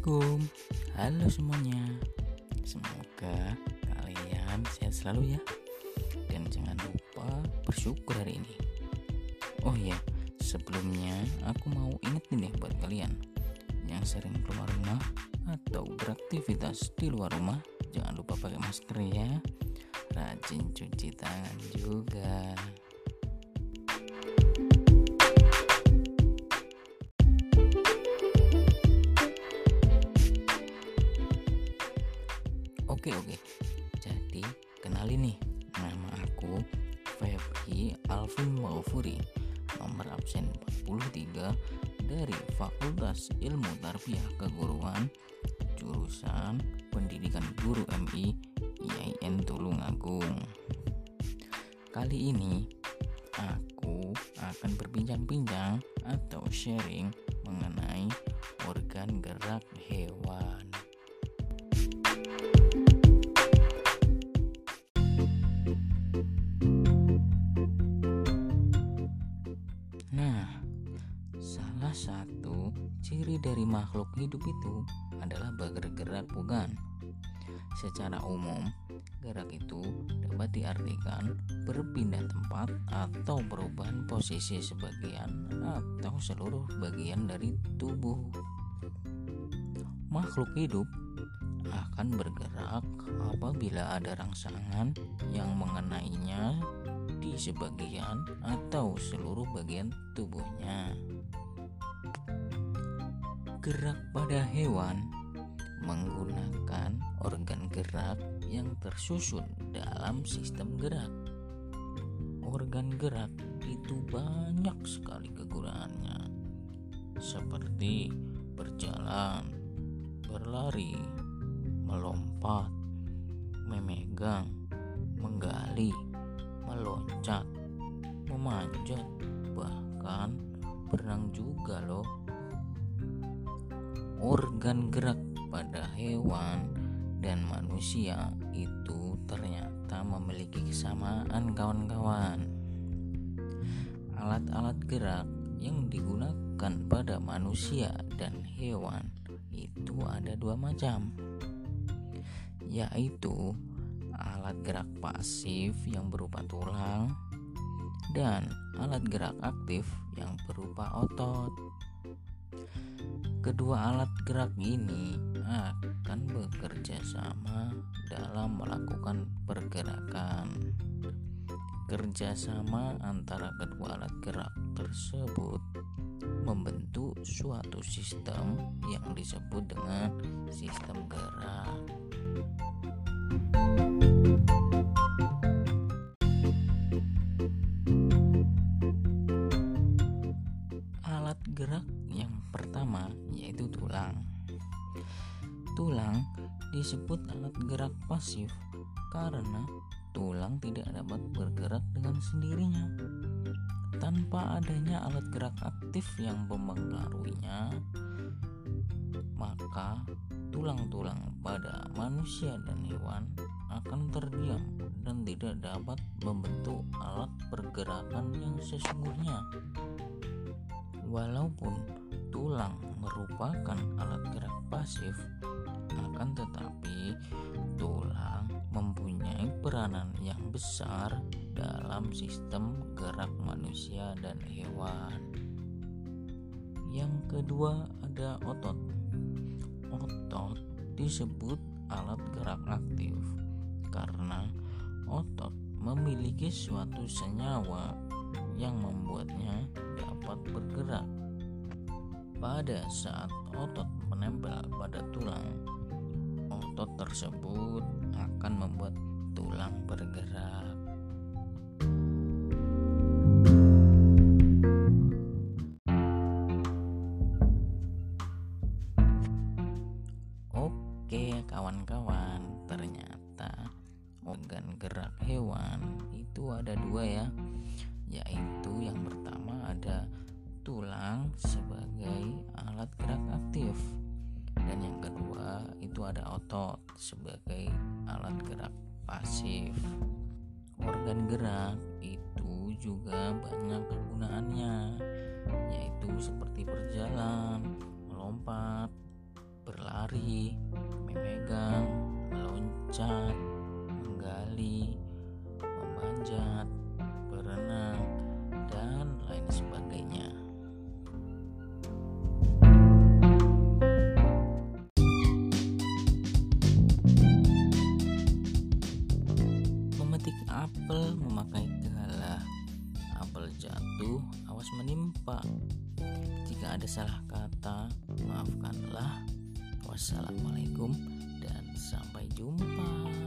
Assalamualaikum. Halo semuanya. Semoga kalian sehat selalu ya. Dan jangan lupa bersyukur hari ini. Oh iya, sebelumnya aku mau ingetin nih buat kalian yang sering keluar rumah atau beraktivitas di luar rumah, jangan lupa pakai masker ya. Rajin cuci tangan juga. Oke. Jadi, kenalin nih, nama aku Febri Alvin Maufuri, nomor absen 43 dari Fakultas Ilmu Tarbiyah Keguruan, jurusan Pendidikan Guru MI IAIN Tulungagung. Kali ini aku akan berbincang-bincang atau sharing mengenai organ gerak hewan. Nah, salah satu ciri dari makhluk hidup itu adalah bergerak, bukan? Secara umum, gerak itu dapat diartikan berpindah tempat atau perubahan posisi sebagian atau seluruh bagian dari tubuh. Makhluk hidup akan bergerak apabila ada rangsangan yang mengenainya di sebagian atau seluruh bagian tubuhnya. Gerak pada hewan menggunakan organ gerak yang tersusun dalam sistem gerak. Organ gerak itu banyak sekali kegunaannya, seperti berjalan, berlari, melompat, memegang, menggali, meloncat, memanjat, bahkan berenang juga loh. Organ gerak pada hewan dan manusia itu ternyata memiliki kesamaan, kawan-kawan. Alat-alat gerak yang digunakan pada manusia dan hewan itu ada dua macam, yaitu alat gerak pasif yang berupa tulang dan alat gerak aktif yang berupa otot. Kedua alat gerak ini akan bekerja sama dalam melakukan pergerakan. Kerjasama antara kedua alat gerak tersebut membentuk suatu sistem yang disebut dengan sistem gerak. Alat gerak yang pertama yaitu tulang. Tulang disebut alat gerak pasif karena tulang tidak dapat bergerak dengan sendirinya. Tanpa adanya alat gerak aktif yang mempengaruhinya, maka tulang-tulang pada manusia dan hewan akan terdiam dan tidak dapat membentuk alat pergerakan yang sesungguhnya. Walaupun tulang merupakan alat gerak pasif, akan tetapi tulang mempunyai peranan yang besar dalam sistem gerak manusia dan hewan. Yang kedua ada otot. Otot disebut alat gerak aktif karena otot memiliki suatu senyawa yang membuatnya dapat bergerak. Pada saat otot menempel pada tulang, otot tersebut akan membuat tulang bergerak. Oke kawan-kawan, ternyata organ gerak hewan itu ada dua ya, yaitu yang pertama ada tulang sebagai alat gerak aktif, dan yang kedua itu ada otot sebagai alat gerak pasif. Organ gerak itu juga banyak kegunaannya, yaitu seperti berjalan, melompat, berlari, terjatuh, awas menimpa. Jika ada salah kata, maafkanlah. Wassalamualaikum dan sampai jumpa.